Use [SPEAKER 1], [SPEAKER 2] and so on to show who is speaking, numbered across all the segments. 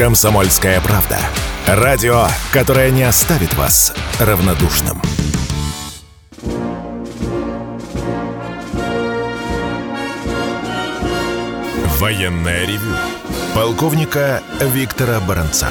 [SPEAKER 1] «Комсомольская правда». Радио, которое не оставит вас равнодушным. Военное ревю полковника Виктора Баранца.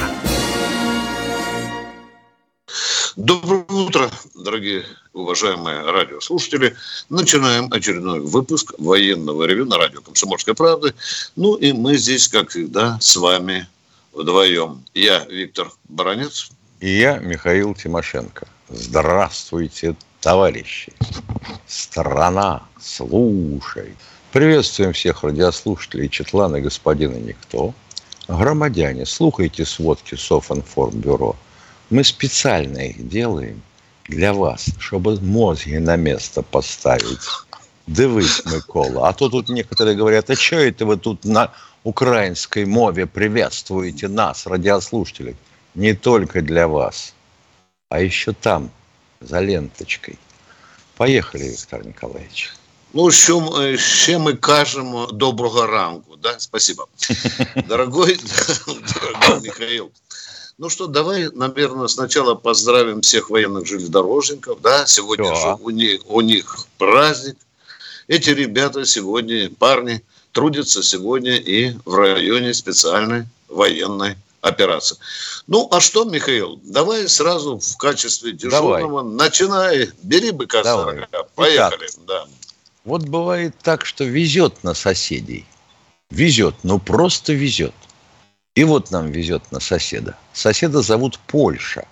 [SPEAKER 2] Доброе утро, дорогие уважаемые радиослушатели. Начинаем очередной выпуск военного ревю на радио «Комсомольская правда». Ну и мы здесь, как всегда, с вами вдвоем. Я Виктор Баранец.
[SPEAKER 3] И я Михаил Тимошенко. Здравствуйте, товарищи. Страна, слушай. Приветствуем всех радиослушателей Четлана и господина Никто. Громадяне, слухайте сводки Софинформбюро. Мы специально их делаем для вас, чтобы мозги на место поставить. Дивись, Микола. А то тут некоторые говорят, а что это вы тут на украинской мове приветствуете нас, радиослушателей? Не только для вас, а еще там, за ленточкой. Поехали, Виктор Николаевич.
[SPEAKER 2] Ну, ще ми кажемо доброго ранку, да? Спасибо. Дорогой Михаил. Ну что, давай, наверное, сначала поздравим всех военных железнодорожников, да? Сегодня же у них праздник. Эти ребята сегодня, парни, трудятся сегодня и в районе специальной военной операции. Ну, а что, Михаил, давай сразу в качестве дежурного начинай, бери быка за рога. Поехали, да.
[SPEAKER 3] Вот бывает так, что везет на соседей. Везет, ну просто везет. И вот нам везет на соседа. Соседа зовут Польша.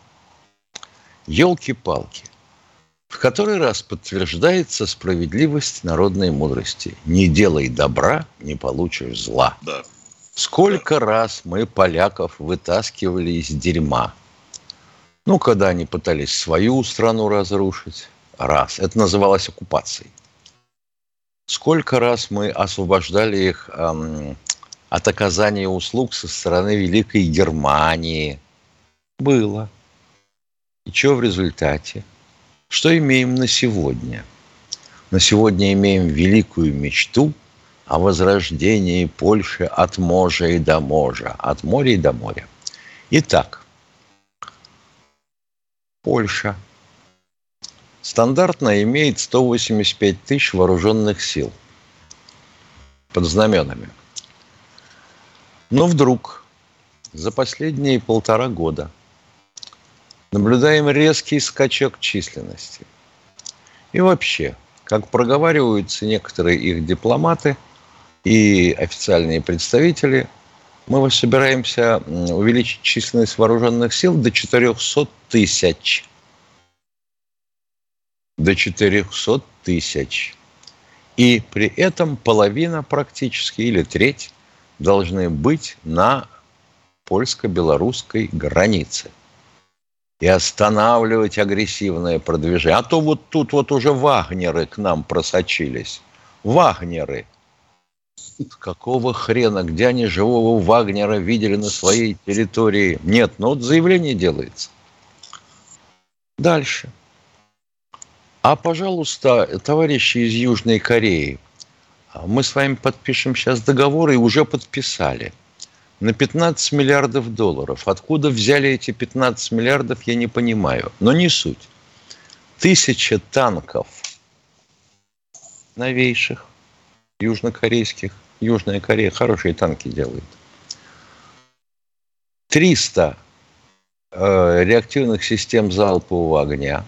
[SPEAKER 3] Ёлки-палки. В который раз подтверждается справедливость народной мудрости. Не делай добра, не получишь зла.
[SPEAKER 2] Да.
[SPEAKER 3] Сколько раз мы поляков вытаскивали из дерьма. Ну, когда они пытались свою страну разрушить. Раз. Это называлось оккупацией. Сколько раз мы освобождали их от оказания услуг со стороны Великой Германии. Было. И что в результате? Что имеем на сегодня? На сегодня имеем великую мечту о возрождении Польши от можа и до можа. От моря и до моря. Итак, Польша стандартно имеет 185 тысяч вооруженных сил под знаменами. Но вдруг за последние 1,5 года наблюдаем резкий скачок численности. И вообще, как проговариваются некоторые их дипломаты и официальные представители, мы собираемся увеличить численность вооруженных сил до 400 тысяч. До 400 тысяч. И при этом половина практически, или треть, должны быть на польско-белорусской границе. И останавливать агрессивное продвижение. А то вот тут вот уже вагнеры к нам просочились. Вагнеры. Какого хрена? Где они живого вагнера видели на своей территории? Нет, но вот заявление делается. Дальше. А, пожалуйста, товарищи из Южной Кореи, мы с вами подпишем сейчас договор и уже подписали. На 15 миллиардов долларов. Откуда взяли эти 15 миллиардов, я не понимаю. Но не суть. 1000 танков новейших, южнокорейских. Южная Корея хорошие танки делает. 300 реактивных систем залпового огня.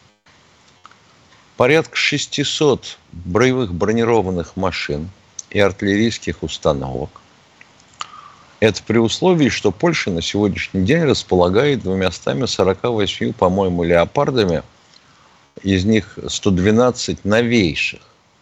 [SPEAKER 3] Порядка 600 боевых бронированных машин и артиллерийских установок. Это при условии, что Польша на сегодняшний день располагает 248, по-моему, леопардами. Из них 112 новейших.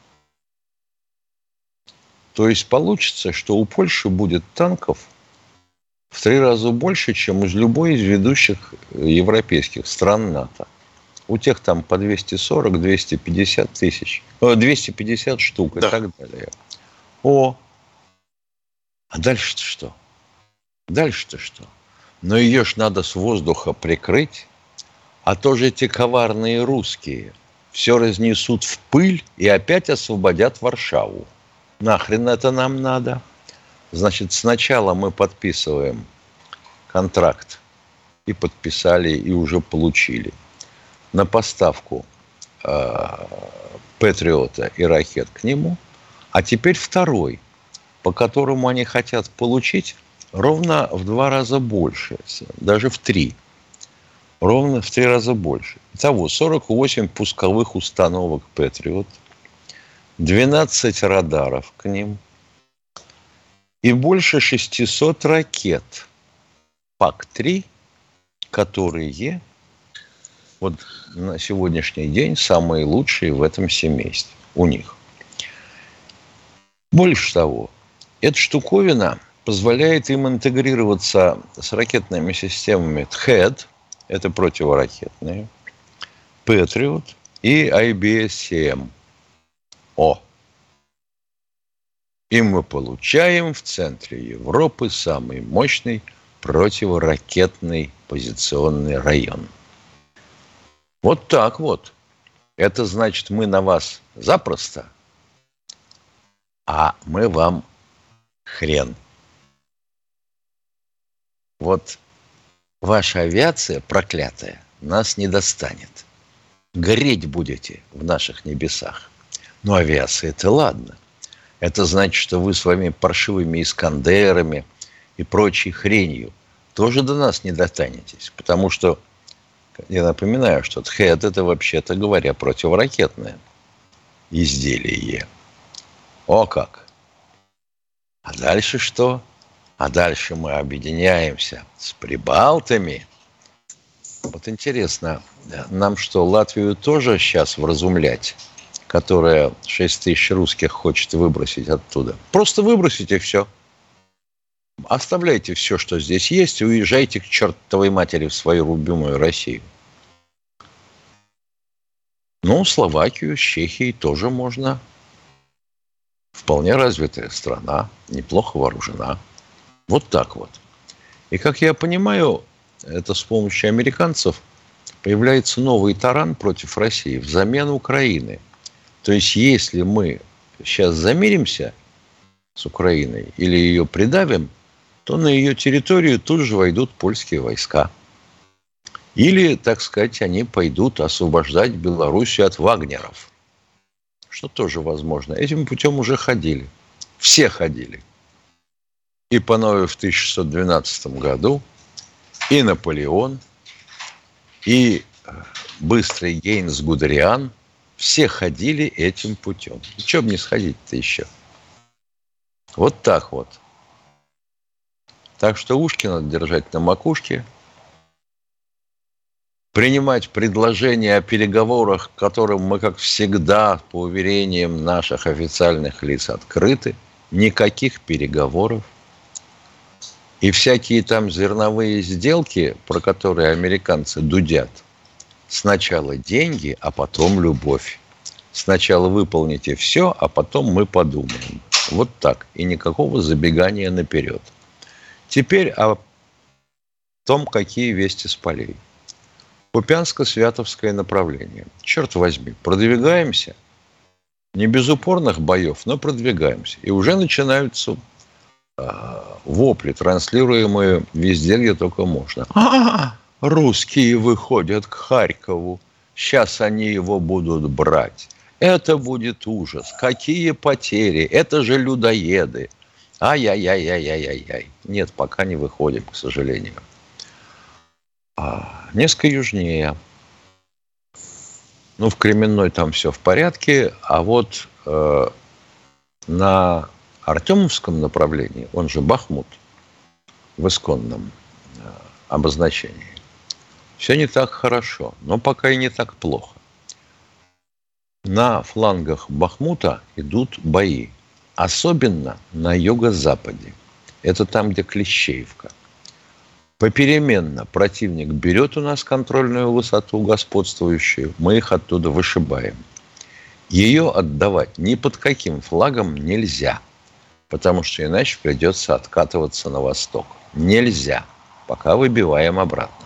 [SPEAKER 3] То есть получится, что у Польши будет танков в 3 раза больше, чем из любой из ведущих европейских стран НАТО. У тех там по 240-250 тысяч, 250 штук и так далее. А дальше-то что? Дальше-то что? Но ее ж надо с воздуха прикрыть, а то же эти коварные русские все разнесут в пыль и опять освободят Варшаву. Нахрен это нам надо? Значит, сначала мы подписываем контракт и подписали, и уже получили на поставку Патриота и ракет к нему, а теперь второй, по которому они хотят получить ровно в 2 раза больше, даже в 3. Ровно в 3 раза больше. Итого 48 пусковых установок Патриот, 12 радаров к ним и больше 600 ракет ПАК-3, которые вот на сегодняшний день самые лучшие в этом семействе у них. Больше того, эта штуковина позволяет им интегрироваться с ракетными системами ТХЭД, это противоракетные, Патриот и IBS-7. И мы получаем в центре Европы самый мощный противоракетный позиционный район. Вот так вот. Это значит, мы на вас запросто, а мы вам хрен. Вот ваша авиация проклятая нас не достанет. Гореть будете в наших небесах. Но авиация-то ладно. Это значит, что вы своими паршивыми Искандерами и прочей хренью тоже до нас не дотянетесь. Потому что, я напоминаю, что ТХЭД – это, вообще-то говоря, противоракетное изделие. О как! А дальше что? А дальше мы объединяемся с прибалтами. Вот интересно, нам что, Латвию тоже сейчас вразумлять, которая 6 тысяч русских хочет выбросить оттуда? Просто выбросите все. Оставляйте все, что здесь есть, и уезжайте к чертовой матери в свою любимую Россию. Ну, Словакию с Чехией тоже можно. Вполне развитая страна, неплохо вооружена. Вот так вот. И, как я понимаю, это с помощью американцев появляется новый таран против России взамен Украины. То есть, если мы сейчас замиримся с Украиной или ее придавим, то на ее территорию тут же войдут польские войска. Или, так сказать, они пойдут освобождать Белоруссию от вагнеров. Что тоже возможно. Этим путем уже ходили. Все ходили. И Панове в 1612 году, и Наполеон, и быстрый Гейнс Гудериан. Все ходили этим путем. Чего бы не сходить-то еще? Вот так вот. Так что ушки надо держать на макушке. Принимать предложения о переговорах, к которым мы, как всегда, по уверениям наших официальных лиц, открыты. Никаких переговоров. И всякие там зерновые сделки, про которые американцы дудят. Сначала деньги, а потом любовь. Сначала выполните все, а потом мы подумаем. Вот так. И никакого забегания наперед. Теперь о том, какие вести с полей. Купянско-Святовское направление. Черт возьми, продвигаемся. Не без упорных боев, но продвигаемся. И уже начинаются вопли, транслируемые везде, где только можно. Русские выходят к Харькову. Сейчас они его будут брать. Это будет ужас. Какие потери. Это же людоеды. Ай-яй-яй-яй-яй-яй. Нет, пока не выходим, к сожалению. Несколько южнее. В Кременной там все в порядке. А вот на Артемовском направлении, он же Бахмут, в исконном обозначении, все не так хорошо, но пока и не так плохо. На флангах Бахмута идут бои, особенно на юго-западе. Это там, где Клещеевка. Попеременно противник берет у нас контрольную высоту господствующую, мы их оттуда вышибаем. Ее отдавать ни под каким флагом нельзя, потому что иначе придется откатываться на восток. Нельзя, пока выбиваем обратно.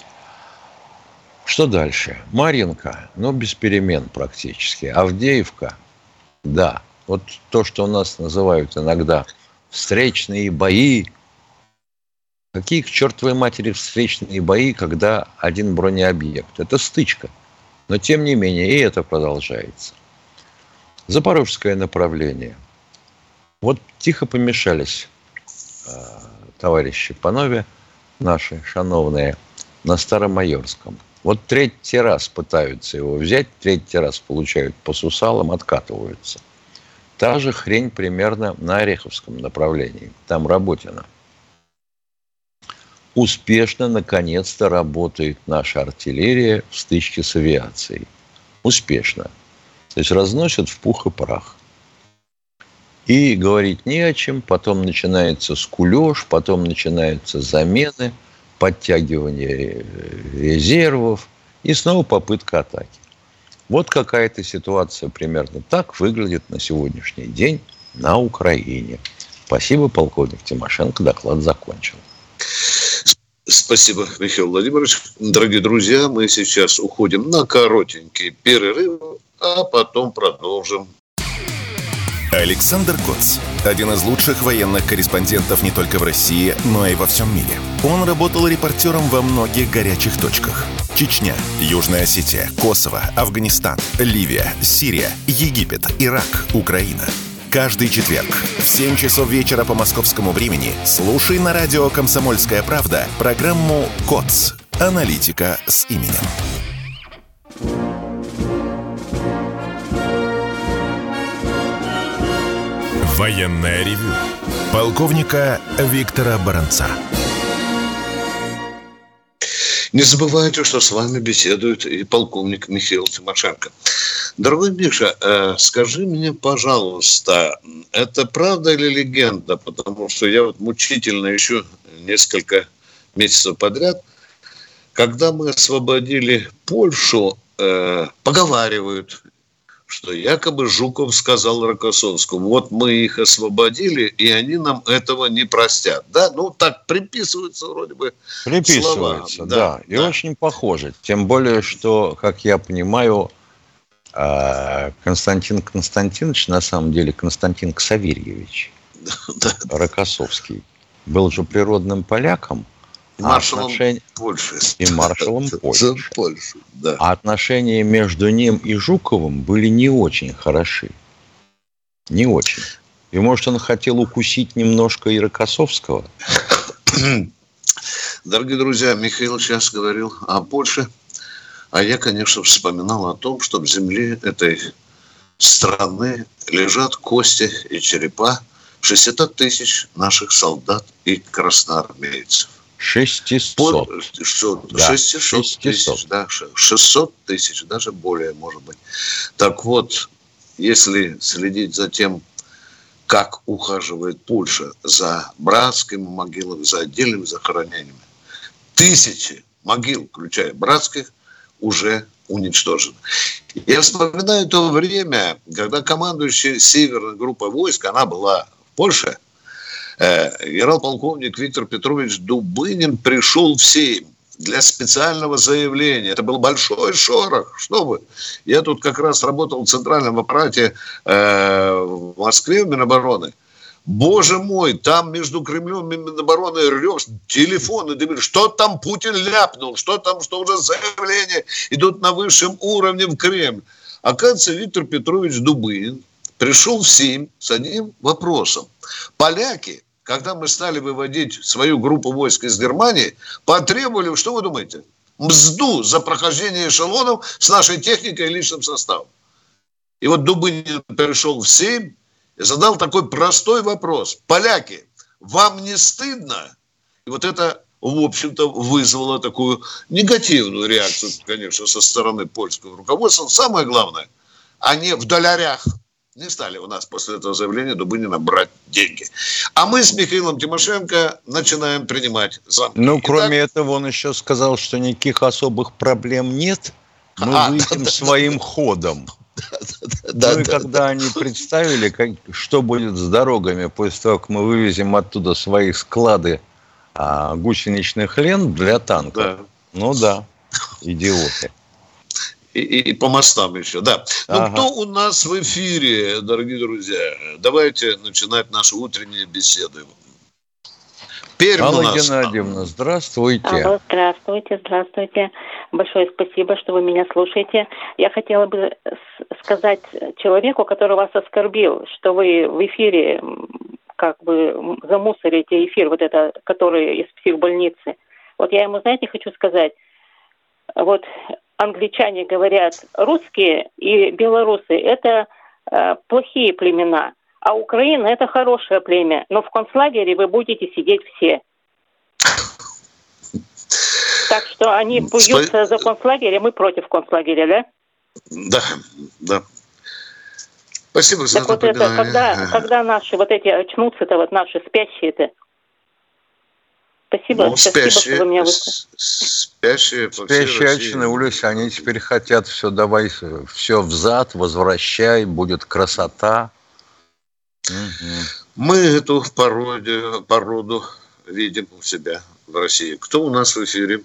[SPEAKER 3] Что дальше? Марьинка, без перемен практически. Авдеевка, да. Вот то, что у нас называют иногда встречные бои, Какие к чертовой матери встречные бои, когда один бронеобъект? Это стычка. Но, тем не менее, и это продолжается. Запорожское направление. Вот тихо помешались товарищи Панове, наши шановные, на Старомайорском. Вот третий раз пытаются его взять, третий раз получают по сусалам, откатываются. Та же хрень примерно на Ореховском направлении. Там Работино. Успешно, наконец-то, работает наша артиллерия в стычке с авиацией. Успешно. То есть разносят в пух и прах. И говорить не о чем. Потом начинается скулёж, потом начинаются замены, подтягивание резервов и снова попытка атаки. Вот какая-то ситуация примерно так выглядит на сегодняшний день на Украине. Спасибо, полковник Тимошенко. Доклад закончен.
[SPEAKER 2] Спасибо, Михаил Владимирович. Дорогие друзья, мы сейчас уходим на коротенький перерыв, а потом продолжим.
[SPEAKER 1] Александр Коц. Один из лучших военных корреспондентов не только в России, но и во всем мире. Он работал репортером во многих горячих точках. Чечня, Южная Осетия, Косово, Афганистан, Ливия, Сирия, Египет, Ирак, Украина. Каждый четверг в 7 часов вечера по московскому времени слушай на радио «Комсомольская правда» программу «КОЦ. Аналитика с именем». Военное ревю полковника Виктора Баранца.
[SPEAKER 2] Не забывайте, что с вами беседует и полковник Михаил Тимошенко. Дорогой Миша, скажи мне, пожалуйста, это правда или легенда? Потому что я вот мучительно еще несколько месяцев подряд, когда мы освободили Польшу, поговаривают, что якобы Жуков сказал Рокоссовскому: вот мы их освободили, и они нам этого не простят. Да, ну так приписываются вроде бы
[SPEAKER 3] приписываются,
[SPEAKER 2] слова.
[SPEAKER 3] Да. И очень похоже. Тем более, что, как я понимаю, Константин Константинович, на самом деле Константин Ксаверьевич Рокоссовский, был же природным поляком,
[SPEAKER 2] маршалом Польши.
[SPEAKER 3] И маршалом Польши.
[SPEAKER 2] Да.
[SPEAKER 3] А отношения между ним и Жуковым были не очень хороши. Не очень. И, может, он хотел укусить немножко и Рокоссовского?
[SPEAKER 2] Дорогие друзья, Михаил сейчас говорил о Польше, а я, конечно, вспоминал о том, что в земле этой страны лежат кости и черепа 600 тысяч наших солдат и красноармейцев.
[SPEAKER 3] 600.
[SPEAKER 2] 600 тысяч, да, 600 тысяч, даже более, может быть. Так вот, если следить за тем, как ухаживает Польша за братскими могилами, за отдельными захоронениями, тысячи могил, включая братских, уже уничтожены. Я вспоминаю то время, когда командующий Северной группой войск, она была в Польше, генерал-полковник Виктор Петрович Дубынин пришел в Сейм для специального заявления. Это был большой шорох. Что вы? Я тут как раз работал в центральном аппарате в Москве, в Минобороны. Боже мой, там между Кремлем и Минобороны рев, телефоны, что там Путин ляпнул, что там, что уже заявления идут на высшем уровне в Кремль. Оказывается, Виктор Петрович Дубынин пришел в Сейм с одним вопросом. Поляки, когда мы стали выводить свою группу войск из Германии, потребовали, что вы думаете, мзду за прохождение эшелонов с нашей техникой и личным составом. И вот Дубынин пришел в Сейм и задал такой простой вопрос. Поляки, вам не стыдно? И вот это, в общем-то, вызвало такую негативную реакцию, конечно, со стороны польского руководства. Самое главное, они в долларях не стали у нас после этого заявления Дубынина брать деньги. А мы с Михаилом Тимошенко начинаем принимать звонки.
[SPEAKER 3] Ну, кроме этого, он еще сказал, что никаких особых проблем нет. Мы выйдем своим ходом. Когда они представили, что будет с дорогами после того, как мы вывезем оттуда свои склады гусеничных лент для танков. Ну да, идиоты.
[SPEAKER 2] И по мостам еще, да. Ну, кто у нас в эфире, дорогие друзья? Давайте начинать нашу утреннюю беседу. Пермь у
[SPEAKER 3] Алла
[SPEAKER 2] нас.
[SPEAKER 3] Геннадьевна, здравствуйте.
[SPEAKER 4] Алло, здравствуйте. Большое спасибо, что вы меня слушаете. Я хотела бы сказать человеку, который вас оскорбил, что вы в эфире как бы замусорите эфир, вот это, который из психбольницы. Вот я ему, знаете, хочу сказать, вот англичане говорят, русские и белорусы – это плохие племена, а Украина – это хорошее племя, но в концлагере вы будете сидеть все. Так что они бьются за концлагерь, а мы против концлагеря, да?
[SPEAKER 2] Да. Спасибо за напоминание.
[SPEAKER 4] Вот это, когда наши вот эти очнутся-то, вот наши спящие-то. Спасибо, спасибо, что вы меня выслушали.
[SPEAKER 2] Спящие
[SPEAKER 3] очнулись, они теперь хотят все, давай все взад, возвращай, будет красота.
[SPEAKER 2] Мы эту породу видим у себя в России. Кто у нас в эфире?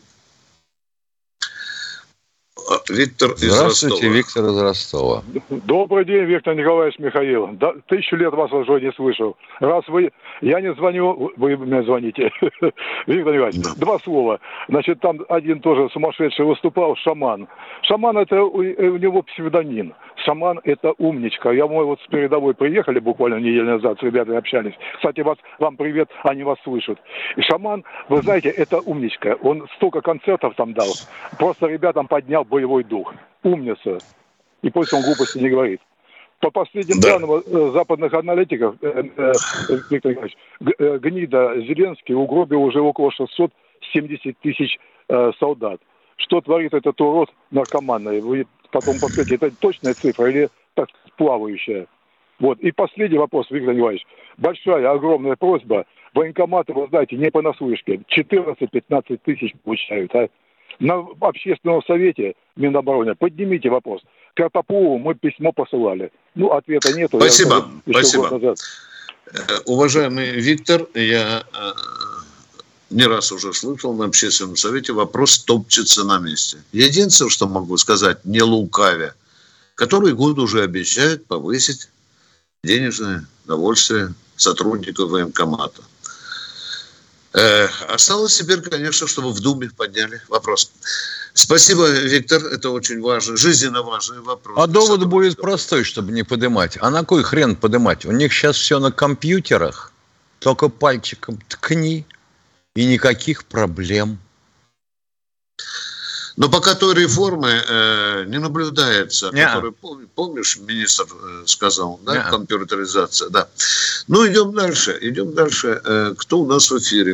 [SPEAKER 2] Виктор из Ростова.
[SPEAKER 3] Здравствуйте, Виктор из Ростова.
[SPEAKER 5] Добрый день, Виктор Николаевич Михаил. 1000 лет вас уже не слышал. Раз я не звоню, вы мне звоните. Виктор Николаевич, 2 слова. Значит, там один тоже сумасшедший выступал, Шаман. Шаман — это у него псевдоним. Шаман — это умничка. Мы вот с передовой приехали буквально неделю назад, с ребятами общались. Кстати, вам привет, они вас слышат. И Шаман, вы знаете, это умничка. Он столько концертов там дал. Просто ребятам поднял боевой дух. Умница. И пусть он глупости не говорит. По последним данным западных аналитиков, Виктор Николаевич, гнида Зеленский угробил уже около 670 тысяч солдат. Что творит этот урод наркоманный? Вы потом посмотрите, это точная цифра или так плавающая? Вот. И последний вопрос, Виктор Николаевич. Большая, огромная просьба. Военкоматы, вы знаете, не понаслышке. 14-15 тысяч получают. На общественном совете Минобороны поднимите вопрос. Картопову мы письмо посылали. Ответа нету.
[SPEAKER 2] Спасибо. Уважаемый Виктор, я не раз уже слышал на общественном совете, вопрос топчется на месте. Единственное, что могу сказать, не лукавя, который год уже обещают повысить денежное довольствие сотрудников военкомата. Осталось теперь, конечно, чтобы в Думе подняли вопрос. Спасибо, Виктор, это очень важно, жизненно важный вопрос.
[SPEAKER 3] А довод будет простой, чтобы не поднимать. А на кой хрен поднимать? У них сейчас все на компьютерах, только пальчиком ткни, и никаких проблем.
[SPEAKER 2] Но пока той реформы не наблюдается, которую, помнишь, министр сказал, да, компьютеризация, да. Идем дальше. Кто у нас в эфире?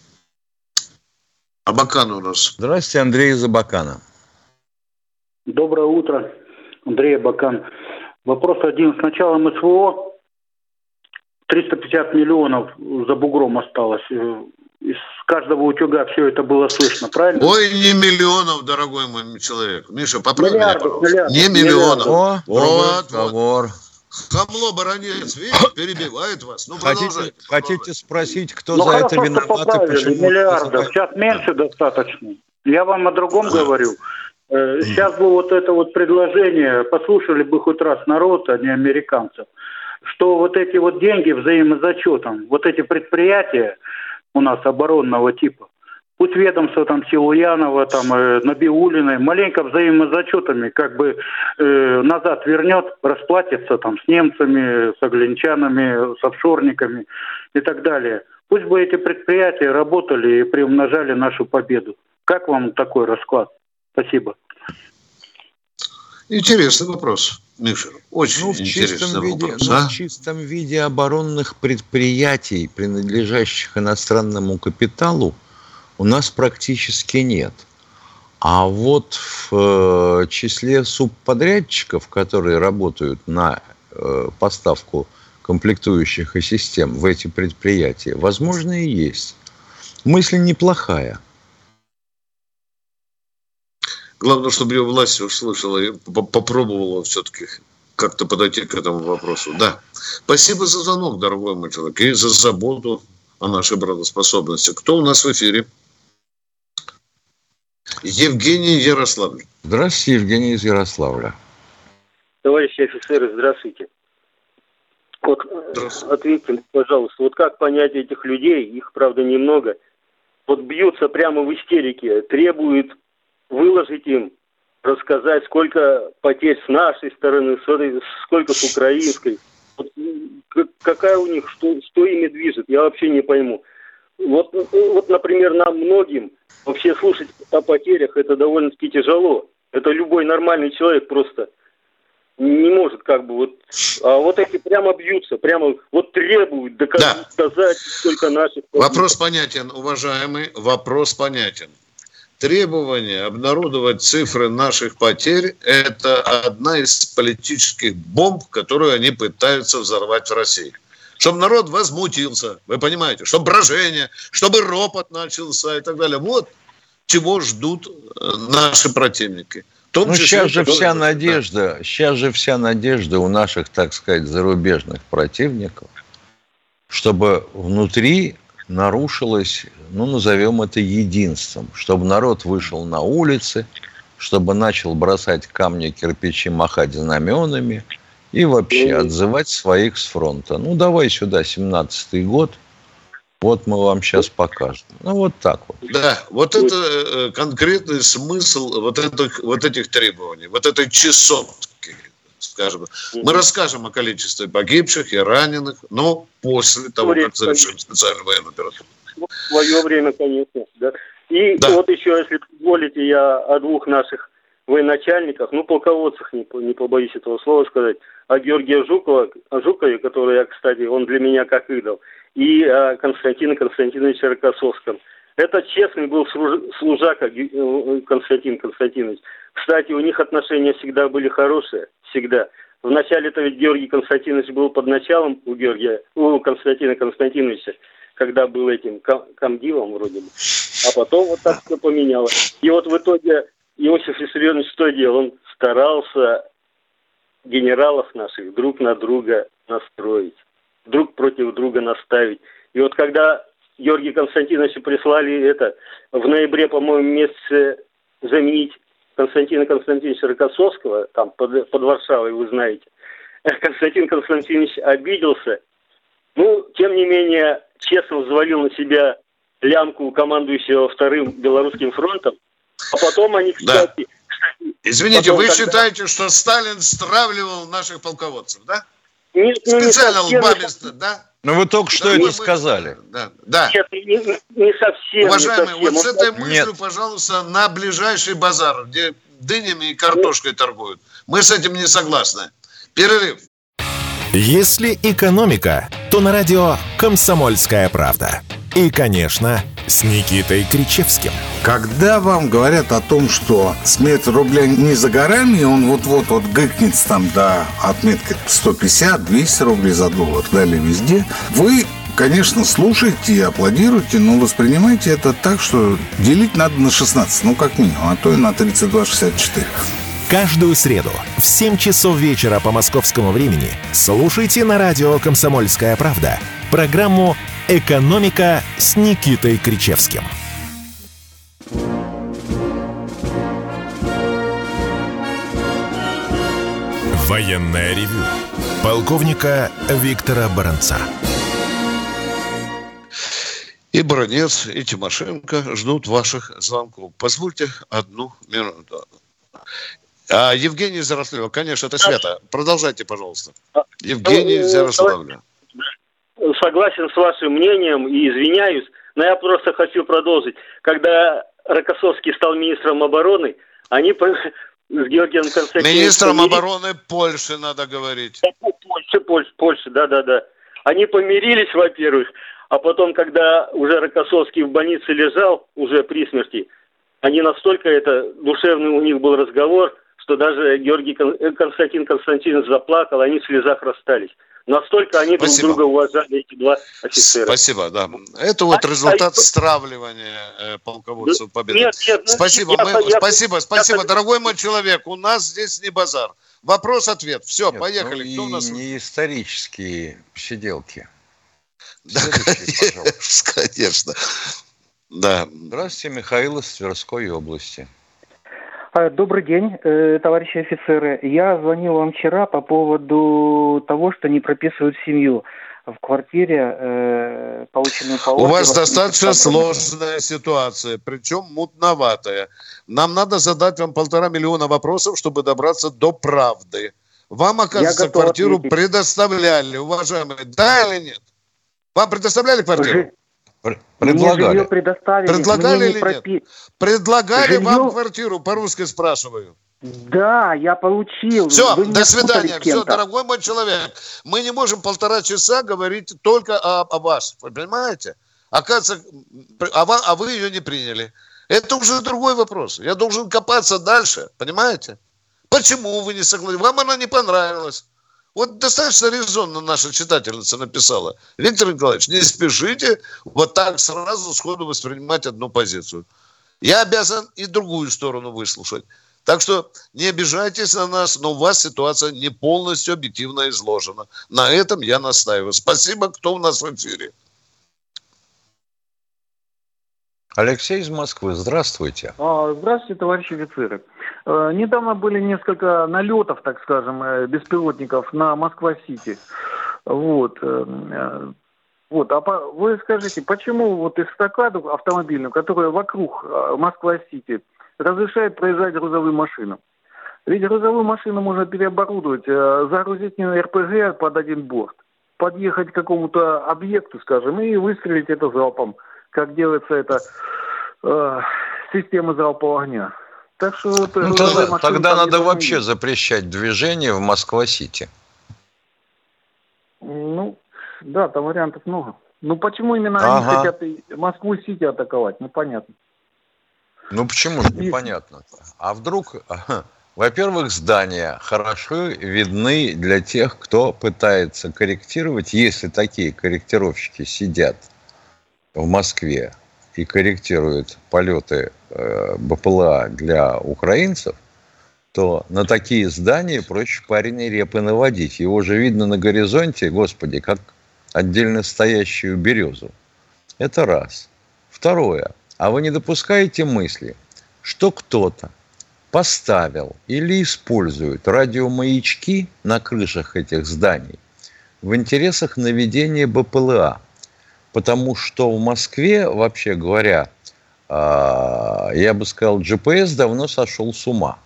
[SPEAKER 2] Абакан у нас.
[SPEAKER 3] Здравствуйте, Андрей из Абакана.
[SPEAKER 6] Доброе утро, Андрей Абакан. Вопрос один. С началом СВО 350 миллионов за бугром осталось. Из каждого утюга все это было слышно, правильно?
[SPEAKER 2] Ой, не миллионов, дорогой мой человек. Миша, поправь меня, пожалуйста. Не миллионов.
[SPEAKER 3] Вот.
[SPEAKER 2] Хамло, баронец, видите, перебивает вас.
[SPEAKER 3] Хотите спросить, кто за это виноват и почему?
[SPEAKER 6] Миллиардов. Сейчас меньше достаточно. Я вам о другом говорю. Сейчас бы вот это вот предложение, послушали бы хоть раз народ, а не американцев, что вот эти вот деньги взаимозачетом, вот эти предприятия у нас оборонного типа, пусть ведомство там Силуянова, там Набиуллиной, маленько взаимозачетами как бы назад вернет, расплатится там с немцами, с англичанами, с офшорниками и так далее. Пусть бы эти предприятия работали и приумножали нашу победу. Как вам такой расклад? Спасибо.
[SPEAKER 2] Интересный вопрос, Миша. Очень интересный вопрос.
[SPEAKER 3] В чистом виде оборонных предприятий, принадлежащих иностранному капиталу, у нас практически нет. А вот в числе субподрядчиков, которые работают на поставку комплектующих и систем в эти предприятия, возможно, и есть. Мысль неплохая.
[SPEAKER 2] Главное, чтобы ее власть услышала и попробовала все-таки как-то подойти к этому вопросу. Да. Спасибо за звонок, дорогой мой человек, и за заботу о нашей бродоспособности. Кто у нас в эфире? Евгений, Ярославль.
[SPEAKER 3] Здравствуйте, Евгений из Ярославля.
[SPEAKER 7] Товарищи офицеры, здравствуйте. Вот ответьте, пожалуйста, вот как понять этих людей, их, правда, немного, вот бьются прямо в истерике, требуют выложить им, рассказать, сколько потерь с нашей стороны, сколько с украинской. Вот, какая у них, что ими движет, я вообще не пойму. Вот, например, нам многим вообще слушать о потерях это довольно-таки тяжело. Это любой нормальный человек просто не может как бы вот... А вот эти прямо бьются, прямо вот требуют доказать, сколько наших...
[SPEAKER 2] Вопрос понятен, уважаемый, вопрос понятен. Требование обнародовать цифры наших потерь – это одна из политических бомб, которую они пытаются взорвать в России. Чтобы народ возмутился, вы понимаете, чтобы брожение, чтобы ропот начался и так далее. Вот чего ждут наши противники.
[SPEAKER 3] Сейчас же вся надежда у наших, так сказать, зарубежных противников, чтобы внутри нарушилось, назовем это единством, чтобы народ вышел на улицы, чтобы начал бросать камни, кирпичи, махать знаменами и вообще отзывать своих с фронта. Давай сюда 17-й год, вот мы вам сейчас покажем. Вот так вот.
[SPEAKER 2] Да, вот это конкретный смысл вот этих требований, вот этой чесотки, скажем. Мы расскажем о количестве погибших и раненых, но после того, как завершим специальную военную операцию.
[SPEAKER 7] В свое время, конечно. Да. И вот еще, если позволите, я о двух наших военачальниках, полководцах, не побоюсь этого слова сказать, о Георгии Жукове, который, кстати, он для меня как идол, и о Константине Константиновиче Рокоссовском. Это честный был служака Константин Константинович. Кстати, у них отношения всегда были хорошие, всегда. Вначале-то ведь Георгий Константинович был под началом у Константина Константиновича, когда был этим комдивом вроде бы. А потом вот так все поменялось. И вот в итоге Иосиф Виссарионович что делал? Он старался генералов наших друг на друга настроить, друг против друга наставить. И вот когда Георгию Константиновичу прислали в ноябре, по-моему, месяце заменить Константина Константиновича Рокоссовского, там под Варшавой, вы знаете, Константин Константинович обиделся. Тем не менее, честно взвалил на себя лямку командующего Вторым Белорусским фронтом. А потом они, кстати...
[SPEAKER 2] Извините, вы считаете, что Сталин стравливал наших полководцев, да?
[SPEAKER 7] Нет,
[SPEAKER 2] специально лбами, да?
[SPEAKER 3] Вы только что это сказали.
[SPEAKER 2] Да.
[SPEAKER 7] Нет, не совсем.
[SPEAKER 2] Уважаемые, вот с этой мыслью, пожалуйста, на ближайший базар, где дынями и картошкой торгуют. Мы с этим не согласны. Перерыв.
[SPEAKER 1] Если экономика, то на радио «Комсомольская правда». И, конечно, с Никитой Кричевским.
[SPEAKER 8] Когда вам говорят о том, что смерть рубля не за горами, и он вот-вот гыкнется там до отметки 150-200 рублей за доллар, далее везде, вы, конечно, слушаете и аплодируете, но воспринимаете это так, что делить надо на 16, как минимум, а то и на 32,64.
[SPEAKER 1] Каждую среду в 7 часов вечера по московскому времени слушайте на радио «Комсомольская правда» программу «Экономика» с Никитой Кричевским. Военное ревю полковника Виктора Баранца.
[SPEAKER 2] И Баранец, и Тимошенко ждут ваших звонков. Позвольте 1 минуту. Евгений из Ярославля, конечно, это свято. Продолжайте, пожалуйста. Евгений из Ярославля.
[SPEAKER 7] Согласен с вашим мнением и извиняюсь, но я просто хочу продолжить. Когда Рокоссовский стал министром обороны, они с Георгием Константиновичем...
[SPEAKER 2] Министром обороны Польши, надо говорить.
[SPEAKER 7] Польши, да. Они помирились, во-первых, а потом, когда уже Рокоссовский в больнице лежал, уже при смерти, они настолько душевный у них был разговор, что даже Константин Константинович заплакал, они в слезах расстались. Настолько они друг друга уважали, эти два офицера.
[SPEAKER 2] Спасибо, да. Это результат стравливания полководцев Победы.
[SPEAKER 7] Нет,
[SPEAKER 2] спасибо, спасибо, дорогой мой человек. У нас здесь не базар. Вопрос-ответ. Все, поехали. Кто у нас?
[SPEAKER 3] Не исторические посиделки.
[SPEAKER 2] Да, конечно. Да.
[SPEAKER 3] Здравствуйте, Михаил из Тверской области.
[SPEAKER 9] Добрый день, товарищи офицеры. Я звонил вам вчера по поводу того, что не прописывают семью в квартире, полученную по
[SPEAKER 2] У вас достаточно сложная ситуация, причем мутноватая. Нам надо задать вам 1,5 миллиона вопросов, чтобы добраться до правды. Вам, оказывается, квартиру предоставляли, уважаемые. Да или нет? Вам предоставляли квартиру?
[SPEAKER 3] Предлагали.
[SPEAKER 2] Предлагали или нет? Предлагали вам квартиру, по-русски спрашиваю.
[SPEAKER 9] Да, я получил.
[SPEAKER 2] Все, до свидания. Все, дорогой мой человек. Мы не можем 1,5 часа говорить только о вас. Вы понимаете? Оказывается, а вы ее не приняли. Это уже другой вопрос. Я должен копаться дальше. Понимаете? Почему вы не согласились? Вам она не понравилась. Вот достаточно резонно наша читательница написала. Виктор Николаевич, не спешите вот так сразу сходу воспринимать одну позицию. Я обязан и другую сторону выслушать. Так что не обижайтесь на нас, но у вас ситуация не полностью объективно изложена. На этом я настаиваю. Спасибо, кто у нас в эфире.
[SPEAKER 3] Алексей из Москвы, здравствуйте.
[SPEAKER 9] Здравствуйте, товарищи офицеры. Недавно были несколько налетов, так скажем, беспилотников на Москва-Сити. Вот. А вы скажите, почему вот эстакаду автомобильную, которая вокруг Москва-Сити, разрешает проезжать грузовым машинам? Ведь грузовую машину можно переоборудовать, загрузить на РПГ под один борт, подъехать к какому-то объекту, скажем, и выстрелить это залпом, как делается это система залпового огня. Так что
[SPEAKER 3] тогда надо вообще запрещать движение в Москва-Сити.
[SPEAKER 9] Ну, да, там вариантов много. Ну, почему именно они хотят Москву-Сити атаковать? Ну, понятно.
[SPEAKER 3] Ну, почему же непонятно? А вдруг, во-первых, здания хорошо видны для тех, кто пытается корректировать, если такие корректировщики сидят в Москве и корректируют полеты БПЛА для украинцев, то на такие здания проще парень репы наводить. Его же видно на горизонте, господи, как отдельно стоящую березу. Это раз. Второе. А вы не допускаете мысли, что кто-то поставил или использует радиомаячки на крышах этих зданий в интересах наведения БПЛА? Потому что в Москве, вообще говоря, я бы сказал, GPS давно сошел с ума.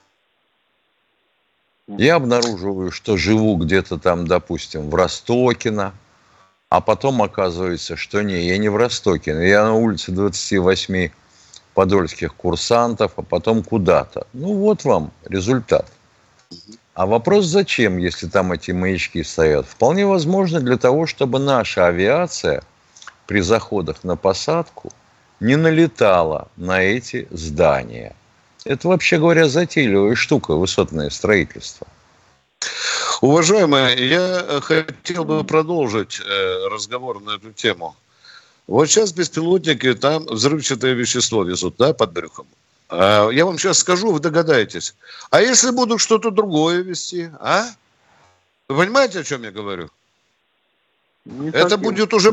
[SPEAKER 3] Я обнаруживаю, что живу где-то там, допустим, в Ростокино, а потом оказывается, что я не в Ростокино, я на улице 28 подольских курсантов, а потом куда-то. Ну, вот вам результат. А вопрос зачем, если там эти маячки стоят? Вполне возможно для того, чтобы наша авиация при заходах на посадку не налетала на эти здания. Это, вообще говоря, затейливая штука, высотное строительство.
[SPEAKER 2] Уважаемые, я хотел бы продолжить разговор на эту тему. Вот сейчас беспилотники там взрывчатое вещество везут, да, под брюхом. Я вам сейчас скажу, вы догадаетесь. А если будут что-то другое везти, а? Вы понимаете, о чем я говорю? Это будет уже...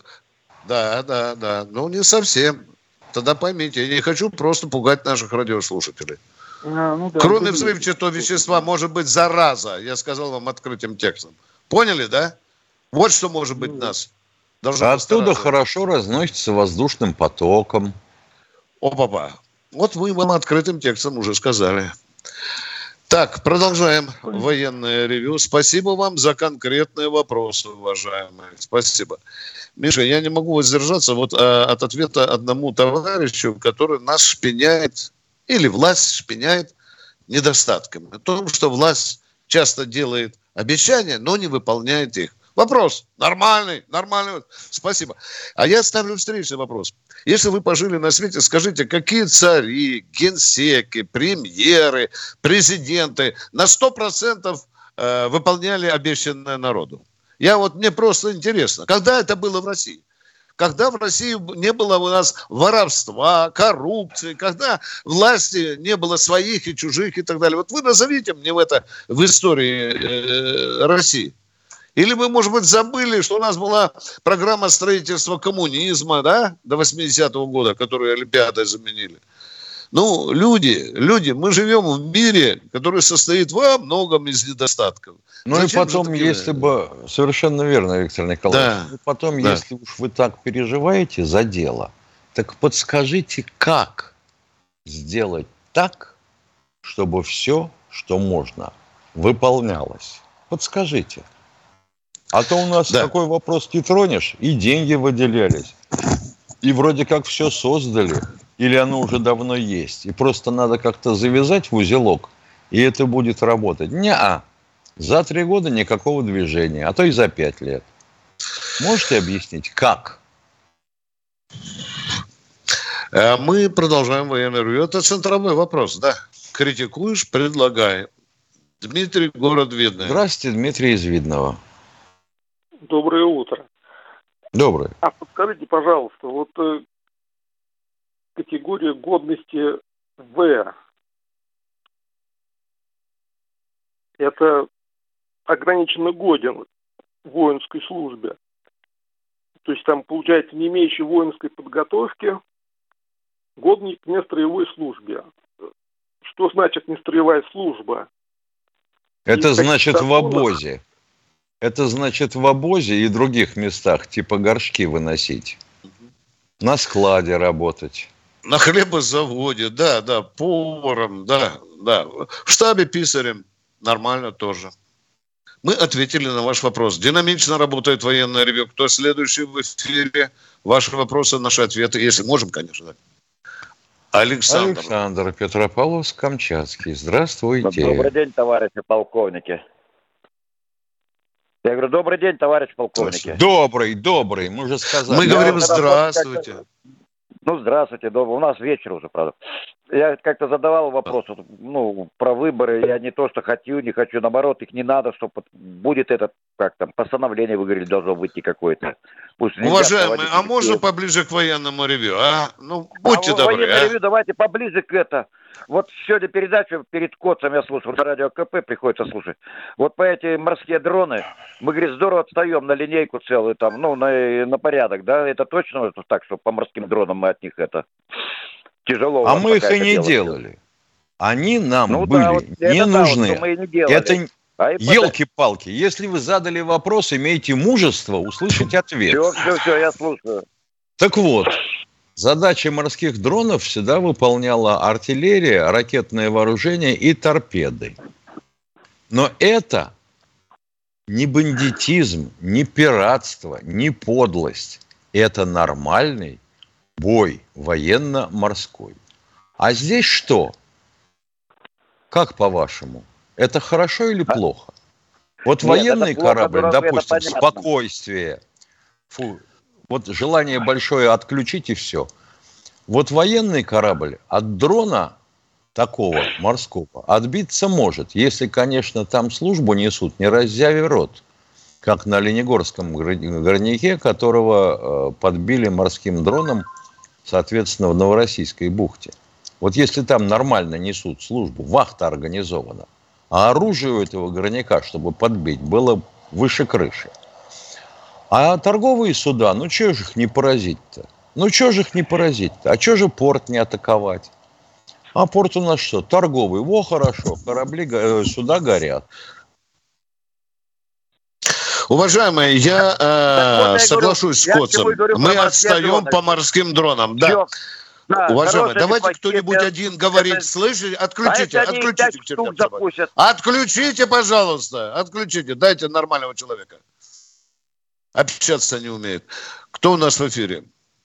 [SPEAKER 2] Да. Ну, не совсем. Тогда поймите, я не хочу просто пугать наших радиослушателей. Кроме взрывчатого вещества может быть зараза. Я сказал вам открытым текстом. Поняли, да? Вот что может быть нас.
[SPEAKER 3] Оттуда хорошо разносится воздушным потоком.
[SPEAKER 2] Опа-па. Вот мы вам открытым текстом уже сказали. Так, продолжаем военное ревью. Спасибо вам за конкретные вопросы, уважаемые. Спасибо. Миша, я не могу воздержаться от ответа одному товарищу, который нас шпиняет, или власть шпиняет недостатками. О том, что власть часто делает обещания, но не выполняет их. Вопрос нормальный. Спасибо. А я ставлю встречный вопрос. Если вы пожили на свете, скажите, какие цари, генсеки, премьеры, президенты на 100% выполняли обещанное народу? Мне просто интересно, когда это было в России? Когда в России не было у нас воровства, коррупции, когда власти не было своих и чужих и так далее. Вот вы назовите мне в истории России. Или вы, может быть, забыли, что у нас была программа строительства коммунизма, да, до 80-го года, которую Олимпиадой заменили. Ну, люди, мы живем в мире, который состоит во многом из недостатков.
[SPEAKER 3] Ну и потом, если бы... Совершенно верно, Виктор Николаевич. Да. Потом, если уж вы так переживаете за дело, так подскажите, как сделать так, чтобы все, что можно, выполнялось. Подскажите. А то у нас такой вопрос не тронешь, и деньги выделялись, и вроде как все создали, или оно уже давно есть, и просто надо как-то завязать в узелок, и это будет работать. Не-а. За 3 года никакого движения, а то и за 5 лет. Можете объяснить, как?
[SPEAKER 2] Мы продолжаем военное ревью. Это центровой вопрос, да. Критикуешь, предлагай. Дмитрий, город Видное.
[SPEAKER 3] Здравствуйте, Дмитрий из Видного.
[SPEAKER 10] Доброе утро.
[SPEAKER 3] Доброе.
[SPEAKER 10] А подскажите, пожалуйста, вот категория годности В. Это ограниченно годен в воинской службе. То есть там, получается, не имеющий воинской подготовки, годный к нестроевой службе. Что значит нестроевая служба?
[SPEAKER 3] Это значит в обозе. Это значит в обозе и других местах, типа горшки выносить. На складе работать.
[SPEAKER 2] На хлебозаводе, да, поваром, да. В штабе писарем нормально тоже. Мы ответили на ваш вопрос. Динамично работает военное ревью. Кто следующий в эфире? Ваши вопросы, наши ответы, если можем, конечно.
[SPEAKER 3] Александр, Петропавловск-Камчатский. Здравствуйте.
[SPEAKER 11] Добрый день, товарищи полковники. Я говорю, добрый день, товарищ полковники.
[SPEAKER 3] Добрый, мы уже сказали.
[SPEAKER 2] Мы говорим здравствуйте.
[SPEAKER 11] Ну, здравствуйте, добрый. У нас вечер уже, правда. Я как-то задавал вопрос, про выборы. Я не то, что хочу, не хочу, наоборот, их не надо, чтобы будет это, постановление, вы говорили, должно выйти какое-то.
[SPEAKER 2] Уважаемые, а можно поближе к военному ревью? Будьте добры.
[SPEAKER 11] Военное ревью давайте поближе к это. Вот сегодня передачу перед Коцем я слушал, на радио КП приходится слушать. Вот по эти морские дроны, мы, говорит, здорово отстаем на линейку целую там, на порядок, да? Это точно так, что по морским дронам мы от них это тяжело.
[SPEAKER 3] А мы их и не делали. Они нам были не нужны. Это елки-палки. Если вы задали вопрос, имейте мужество услышать ответ.
[SPEAKER 11] Все, я слушаю.
[SPEAKER 3] Так вот. Задачи морских дронов всегда выполняла артиллерия, ракетное вооружение и торпеды. Но это не бандитизм, не пиратство, не подлость. Это нормальный бой военно-морской. А здесь что? Как по-вашему? Это хорошо или плохо? Вот военный корабль, допустим, спокойствие. Вот желание большое отключить и все. Вот военный корабль от дрона такого морского отбиться может, если, конечно, там службу несут, не раззяви рот, как на Ленигорском горняке, которого подбили морским дроном, соответственно, в Новороссийской бухте. Вот если там нормально несут службу, вахта организована, а оружие у этого горняка, чтобы подбить, было выше крыши. А торговые суда, чего же их не поразить-то? А чего же порт не атаковать? А порт у нас что? Торговый. Хорошо, суда горят.
[SPEAKER 2] Уважаемые, я соглашусь с Коцем. Мы отстаем по морским дронам. Да. Уважаемые, давайте кто-нибудь один говорит. Слышите? Отключите к чертям собачьим. Отключите, пожалуйста. Отключите. Дайте нормального человека. Общаться не умеет. Кто у нас в эфире?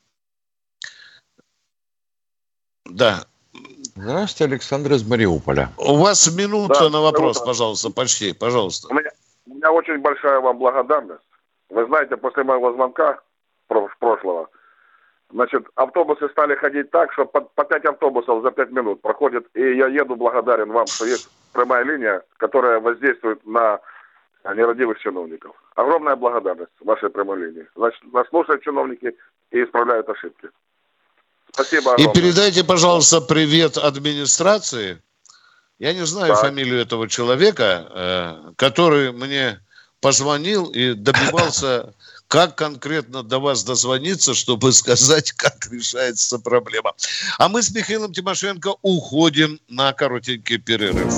[SPEAKER 2] Да.
[SPEAKER 3] Здравствуйте, Александр из Мариуполя.
[SPEAKER 2] У вас минута на вопрос, пожалуйста, почти, пожалуйста.
[SPEAKER 12] У меня очень большая вам благодарность. Вы знаете, после моего звонка прошлого, автобусы стали ходить так, что по 5 автобусов за 5 минут проходит, и я еду благодарен вам, что есть прямая линия, которая воздействует на нерадивых чиновников. Огромная благодарность вашей прямой линии. Нас слушают чиновники и исправляют ошибки. Спасибо огромное.
[SPEAKER 2] И передайте, пожалуйста, привет администрации. Я не знаю фамилию этого человека, который мне позвонил и добивался как конкретно до вас дозвониться, чтобы сказать, как решается проблема. А мы с Михаилом Тимошенко уходим на коротенький перерыв.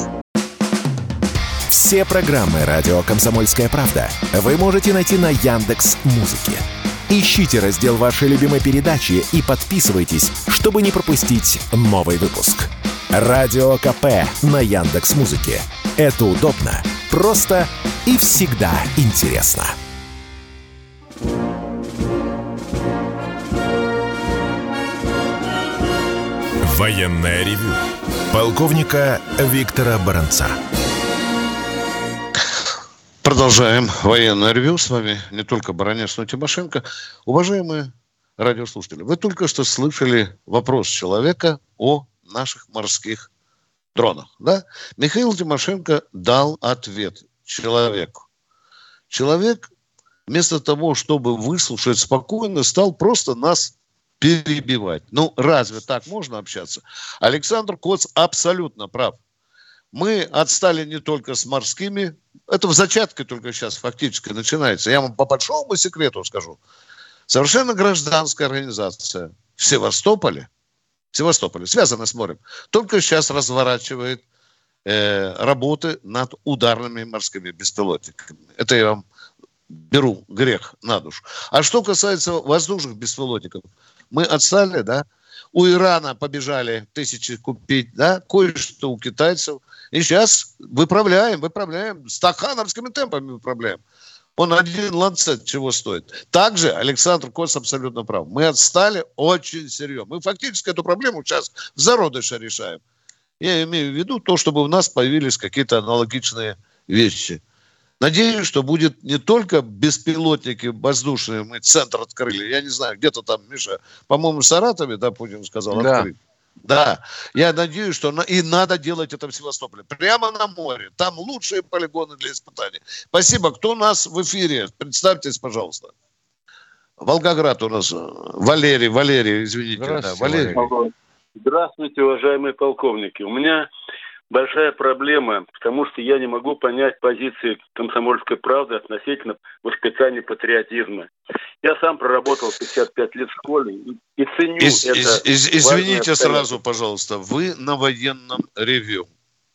[SPEAKER 1] Все программы «Радио Комсомольская правда» вы можете найти на Яндекс.Музыке. Ищите раздел вашей любимой передачи и подписывайтесь, чтобы не пропустить новый выпуск. Радио КП на Яндекс.Музыке. Это удобно, просто и всегда интересно. Военное ревю полковника Виктора Баранца.
[SPEAKER 2] Продолжаем военное ревью. С вами не только Баранец, но и Тимошенко. Уважаемые радиослушатели, вы только что слышали вопрос человека о наших морских дронах. Да? Михаил Тимошенко дал ответ человеку. Человек вместо того, чтобы выслушать спокойно, стал просто нас перебивать. Ну, разве так можно общаться? Александр Коц абсолютно прав. Мы отстали не только с морскими. Это в зачатке только сейчас фактически начинается. Я вам по большому секрету скажу. Совершенно гражданская организация в Севастополе, связанная с морем, только сейчас разворачивает работы над ударными морскими беспилотниками. Это я вам беру грех на душу. А что касается воздушных беспилотников, мы отстали, да? У Ирана побежали тысячи купить, да? Кое-что у китайцев. И сейчас выправляем. Стахановскими темпами выправляем. Он один ланцет чего стоит. Также Александр Коц абсолютно прав. Мы отстали очень серьезно. Мы фактически эту проблему сейчас в зародыше решаем. Я имею в виду то, чтобы у нас появились какие-то аналогичные вещи. Надеюсь, что будет не только беспилотники воздушные, мы центр открыли. Я не знаю, где-то там, Миша, по-моему, в Саратове, да, Путин сказал, открыть. Да, я надеюсь, что и надо делать это в Севастополе. Прямо на море. Там лучшие полигоны для испытаний. Спасибо. Кто у нас в эфире? Представьтесь, пожалуйста. Волгоград у нас. Валерий, извините.
[SPEAKER 13] Здравствуйте,
[SPEAKER 2] да, Валерий.
[SPEAKER 13] Здравствуйте, уважаемые полковники. У меня большая проблема, потому что я не могу понять позиции «Комсомольской правды» относительно воспитания патриотизма. Я сам проработал 55 лет в школе и ценю это.
[SPEAKER 2] Извините сразу, пожалуйста, вы на военном ревью.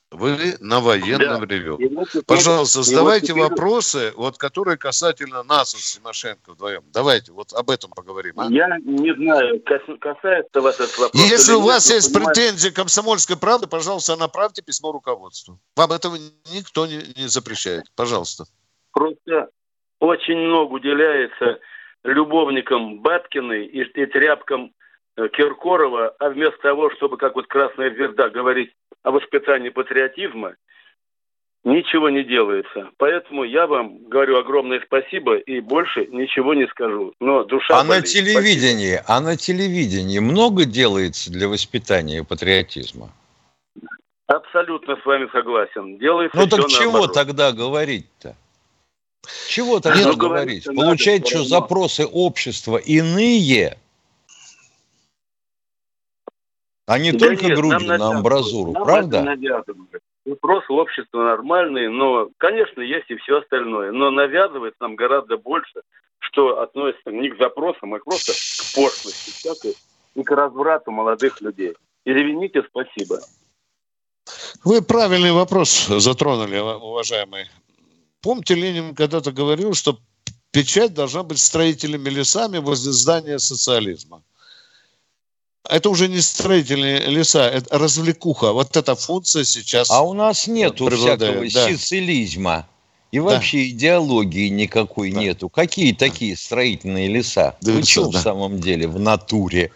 [SPEAKER 2] Ревью. Пожалуйста, задавайте вопросы, которые касательно нас с Тимошенко вдвоем. Давайте об этом поговорим. А?
[SPEAKER 13] Я не знаю, касается вас этот вопрос.
[SPEAKER 2] Если у вас есть претензии к «Комсомольской правде», пожалуйста, направьте письмо руководству. Вам этого никто не запрещает. Пожалуйста.
[SPEAKER 13] Просто очень много уделяется любовникам Баткиной и тряпкам Киркорова, а вместо того, чтобы, как «Красная звезда», говорить о воспитании патриотизма, ничего не делается. Поэтому я вам говорю огромное спасибо и больше ничего не скажу. Но душа болит.
[SPEAKER 3] На телевидении много делается для воспитания патриотизма?
[SPEAKER 13] Абсолютно с вами согласен. Делается
[SPEAKER 3] так
[SPEAKER 13] все
[SPEAKER 3] чего
[SPEAKER 13] наоборот.
[SPEAKER 3] Тогда говорить-то? Чего тогда говорить? Получается, что запросы общества иные, а не только грудью на амбразуру, правда?
[SPEAKER 13] Вопрос общества нормальный, но, конечно, есть и все остальное. Но навязывает нам гораздо больше, что относится не к запросам, а просто к пошлости всякой и к разврату молодых людей. Извините, спасибо.
[SPEAKER 2] Вы правильный вопрос затронули, уважаемый. Помните, Ленин когда-то говорил, что печать должна быть строительными лесами возле здания социализма. Это уже не строительные леса, это развлекуха. Вот эта функция сейчас.
[SPEAKER 3] А у нас нету всякого сицилизма. И вообще идеологии никакой нету. Какие такие строительные леса? Вы что в самом деле в натуре?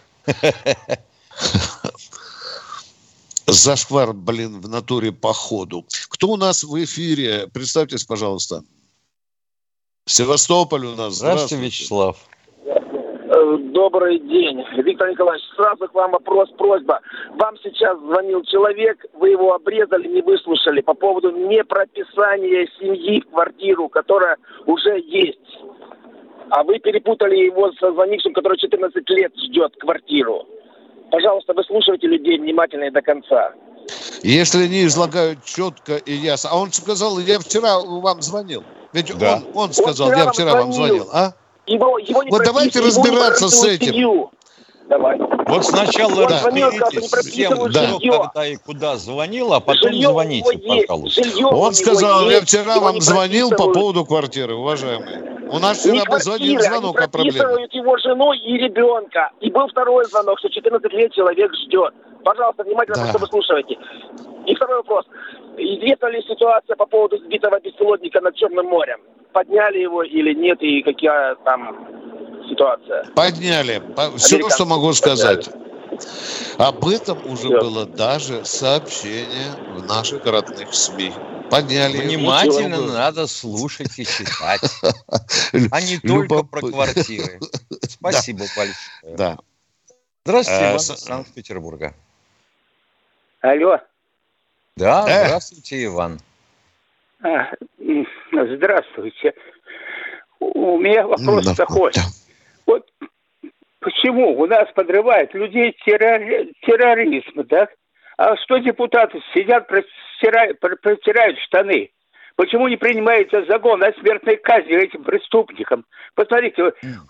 [SPEAKER 2] Зашквар, в натуре по ходу. Кто у нас в эфире? Представьтесь, пожалуйста. Севастополь у нас.
[SPEAKER 3] Здравствуйте, Вячеслав.
[SPEAKER 14] Добрый день. Виктор Николаевич, сразу к вам вопрос, просьба. Вам сейчас звонил человек, вы его обрезали, не выслушали по поводу непрописания семьи в квартиру, которая уже есть. А вы перепутали его со звонившим, который 14 лет ждет квартиру. Пожалуйста, выслушивайте людей внимательно и до конца.
[SPEAKER 2] Если они излагают четко и ясно. А он сказал, я вчера вам звонил. Ведь он сказал, я вчера вам звонил. А?
[SPEAKER 14] Его не
[SPEAKER 2] вот давайте разбираться с этим.
[SPEAKER 14] Семью. Давай.
[SPEAKER 11] Вот сначала разберитесь с тем, кто когда и куда звонил, а потом звоните, пожалуйста.
[SPEAKER 2] Он сказал, я вчера вам звонил по поводу квартиры, уважаемые. У нас вчера был один звонок о проблеме.
[SPEAKER 14] Они прописывают его жену и ребенка. И был второй звонок, что 14 лет человек ждет. Пожалуйста, внимательно просто выслушивайте. И второй вопрос. Известна ли ситуация по поводу сбитого беспилотника над Черным морем? Подняли его или нет, и какая там ситуация?
[SPEAKER 2] Подняли. Все, что могу сказать. Об этом уже было даже сообщение в наших родных СМИ. Подняли.
[SPEAKER 11] Внимательно надо слушать и читать. А не только про квартиры. Спасибо большое.
[SPEAKER 2] Да.
[SPEAKER 11] Здравствуйте, Иван из Санкт-Петербурга.
[SPEAKER 15] Алло.
[SPEAKER 11] Да, здравствуйте, Иван.
[SPEAKER 15] Здравствуйте. У меня вопрос такой. Вот почему у нас подрывает людей терроризм, да? А что депутаты сидят, протирают штаны? Почему не принимается закон о смертной казни этим преступникам? Посмотрите,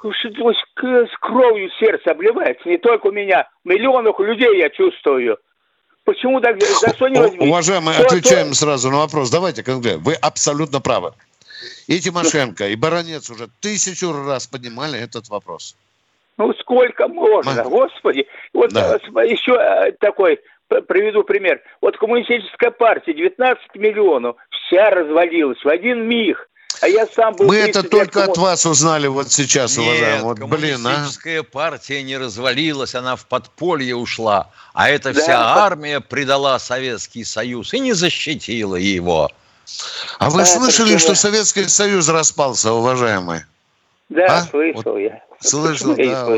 [SPEAKER 15] с кровью сердце обливается. Не только у меня. Миллионов людей я чувствую. Почему так? За что не возьми?
[SPEAKER 2] Уважаемые, отвечаем сразу на вопрос. Давайте конкретно. Вы абсолютно правы. И Тимошенко, и Баранец уже 1000 раз поднимали этот вопрос.
[SPEAKER 15] Ну, сколько можно, Господи. Вот еще такой, приведу пример. Вот коммунистическая партия, 19 миллионов, вся развалилась в один миг. А я сам был...
[SPEAKER 2] Мы это только от вас узнали вот сейчас, уважаемые. Вот,
[SPEAKER 11] коммунистическая партия не развалилась, она в подполье ушла. А эта вся армия предала Советский Союз и не защитила его.
[SPEAKER 2] А вы слышали, что Советский Союз распался, уважаемые?
[SPEAKER 15] Да, слышал я.
[SPEAKER 2] Слышал,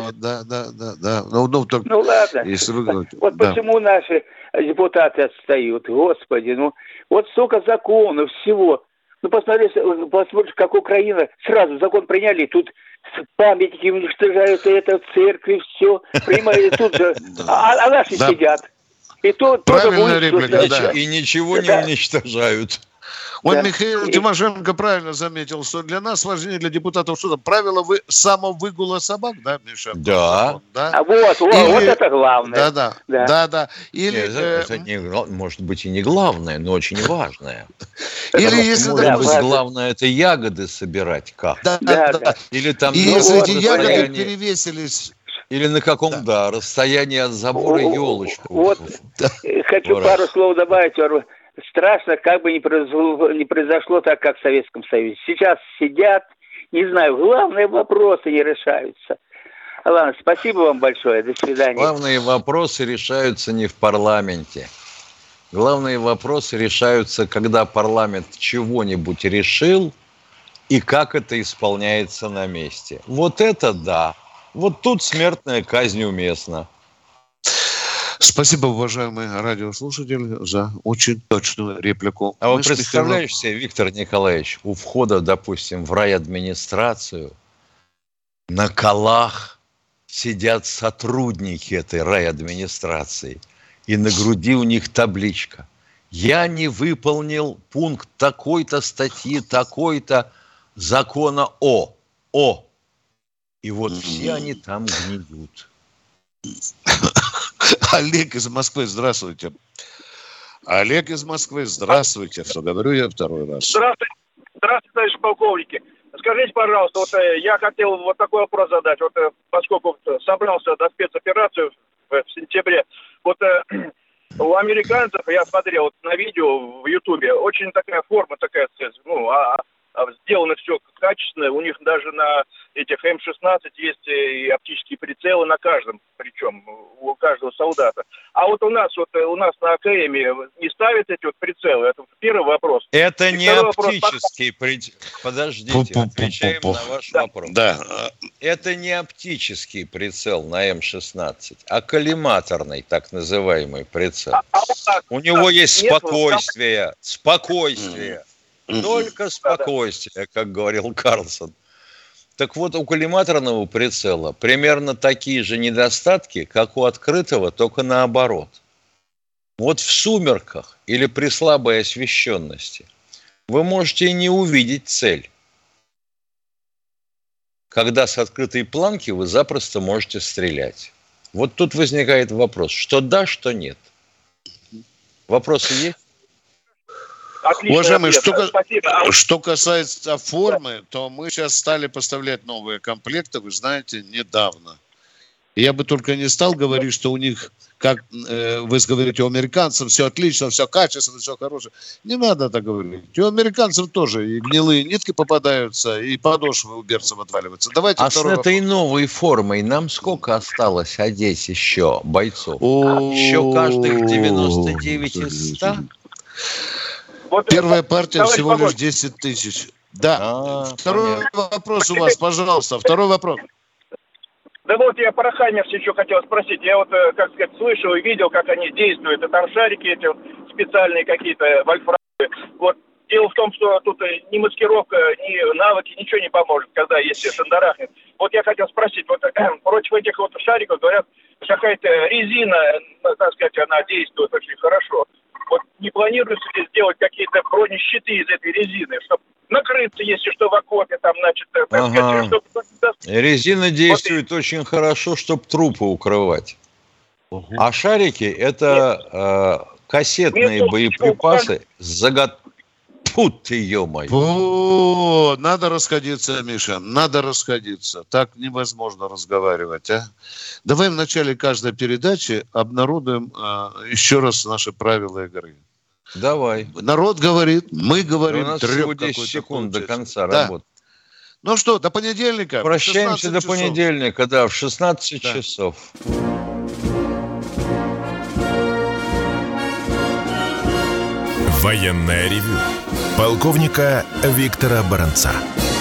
[SPEAKER 2] да.
[SPEAKER 15] Ну ладно. Вот почему наши депутаты отстают, Господи. Ну, вот столько законов всего. Ну, посмотрите, как Украина. Сразу закон приняли, и тут памятники уничтожают, это церкви, все. Принимали тут же. А наши сидят. И то
[SPEAKER 2] правильная реплика, да.
[SPEAKER 11] И ничего не уничтожают.
[SPEAKER 2] Вот Михаил Тимошенко правильно заметил, что для нас важнее, для депутатов, что-то правило самовыгула собак, да, Миша?
[SPEAKER 11] Да.
[SPEAKER 15] Вот это главное.
[SPEAKER 2] Да.
[SPEAKER 11] Или это может быть и не главное, но очень важное.
[SPEAKER 2] Или если
[SPEAKER 11] главное это ягоды собирать как?
[SPEAKER 2] Да.
[SPEAKER 11] Или там
[SPEAKER 2] если эти ягоды перевесились.
[SPEAKER 11] Или на каком, расстоянии от забора елочку.
[SPEAKER 15] Вот, хочу пару слов добавить. Страшно, как бы не произошло так, как в Советском Союзе. Сейчас сидят, не знаю, главные вопросы не решаются. Ладно, спасибо вам большое, до свидания.
[SPEAKER 11] Главные вопросы решаются не в парламенте. Главные вопросы решаются, когда парламент чего-нибудь решил, и как это исполняется на месте. Вот это да. Вот тут смертная казнь уместна.
[SPEAKER 2] Спасибо, уважаемый радиослушатель, за очень точную реплику.
[SPEAKER 11] А вы представляешь себе, Виктор Николаевич, у входа, допустим, в райадминистрацию на колах сидят сотрудники этой райадминистрации, и на груди у них табличка: «Я не выполнил пункт такой-то статьи, такой-то закона о». И вот все они там гниют.
[SPEAKER 2] Олег из Москвы, здравствуйте. Олег из Москвы, здравствуйте. Что говорю я второй раз.
[SPEAKER 16] Здравствуйте, товарищи полковники. Скажите, пожалуйста, вот я хотел вот такой вопрос задать. Вот поскольку собрался на спецоперацию в сентябре, вот у американцев, я смотрел вот на видео в Ютубе, очень такая форма, такая, сделано все качественно. У них даже на этих М-16 есть и оптические прицелы на каждом, причем у каждого солдата. А вот у нас на АКМе не ставят эти вот прицелы? Это первый вопрос.
[SPEAKER 11] Это не оптический прицел. Подождите, отвечаем на ваш вопрос.
[SPEAKER 2] Да.
[SPEAKER 11] Это не оптический прицел на М-16, а коллиматорный, так называемый прицел. У него есть спокойствие. Только спокойствие, как говорил Карлсон. Так вот, у коллиматорного прицела примерно такие же недостатки, как у открытого, только наоборот. Вот в сумерках или при слабой освещенности вы можете и не увидеть цель.
[SPEAKER 3] когда с открытой планки вы запросто можете стрелять. Вот тут возникает вопрос, что да, что нет. Вопросы есть?
[SPEAKER 16] Отличный
[SPEAKER 2] Уважаемый,
[SPEAKER 16] ответ.
[SPEAKER 2] что касается формы, то мы сейчас стали поставлять новые комплекты, вы знаете, недавно. Я бы только не стал говорить, что у них, как вы говорите, у американцев все отлично, все качественно, все хорошее. Не надо так говорить. У американцев тоже и гнилые нитки попадаются, и подошвы у берцев отваливаются. Давайте
[SPEAKER 3] с этой новой формой нам сколько осталось одеть еще бойцов? Еще каждых 99 из 100?
[SPEAKER 2] Первая партия всего лишь 10 тысяч. Да. Второй вопрос у вас, пожалуйста. Второй вопрос.
[SPEAKER 16] Да вот я про Хаймерс еще хотел спросить. Я вот, как сказать, слышал и видел, как они действуют. И там шарики эти вот специальные какие-то, вольфрамовые. Вот дело в том, что тут ни маскировка, ни навыки, ничего не поможет, когда если шандарахнет. Вот я хотел спросить, вот против этих вот шариков, говорят, какая-то резина, так сказать, она действует очень хорошо. Вот не планируется ли сделать какие-то бронещиты из этой резины, чтобы накрыться, если что, в окопе, там, значит, так сказать, чтобы...
[SPEAKER 3] Резина действует очень хорошо, чтобы трупы укрывать. А шарики – это кассетные боеприпасы с Фу ты, ё-моё.
[SPEAKER 2] Надо расходиться, Миша, надо расходиться. Так невозможно разговаривать, а? Давай в начале каждой передачи обнародуем еще раз наши правила игры.
[SPEAKER 3] Давай.
[SPEAKER 2] Народ говорит, мы говорим.
[SPEAKER 3] У нас всего 10 секунд до конца работы.
[SPEAKER 2] Ну что, до понедельника.
[SPEAKER 3] Прощаемся до понедельника, да, в 16 часов.
[SPEAKER 1] Военное ревю полковника Виктора Баранца.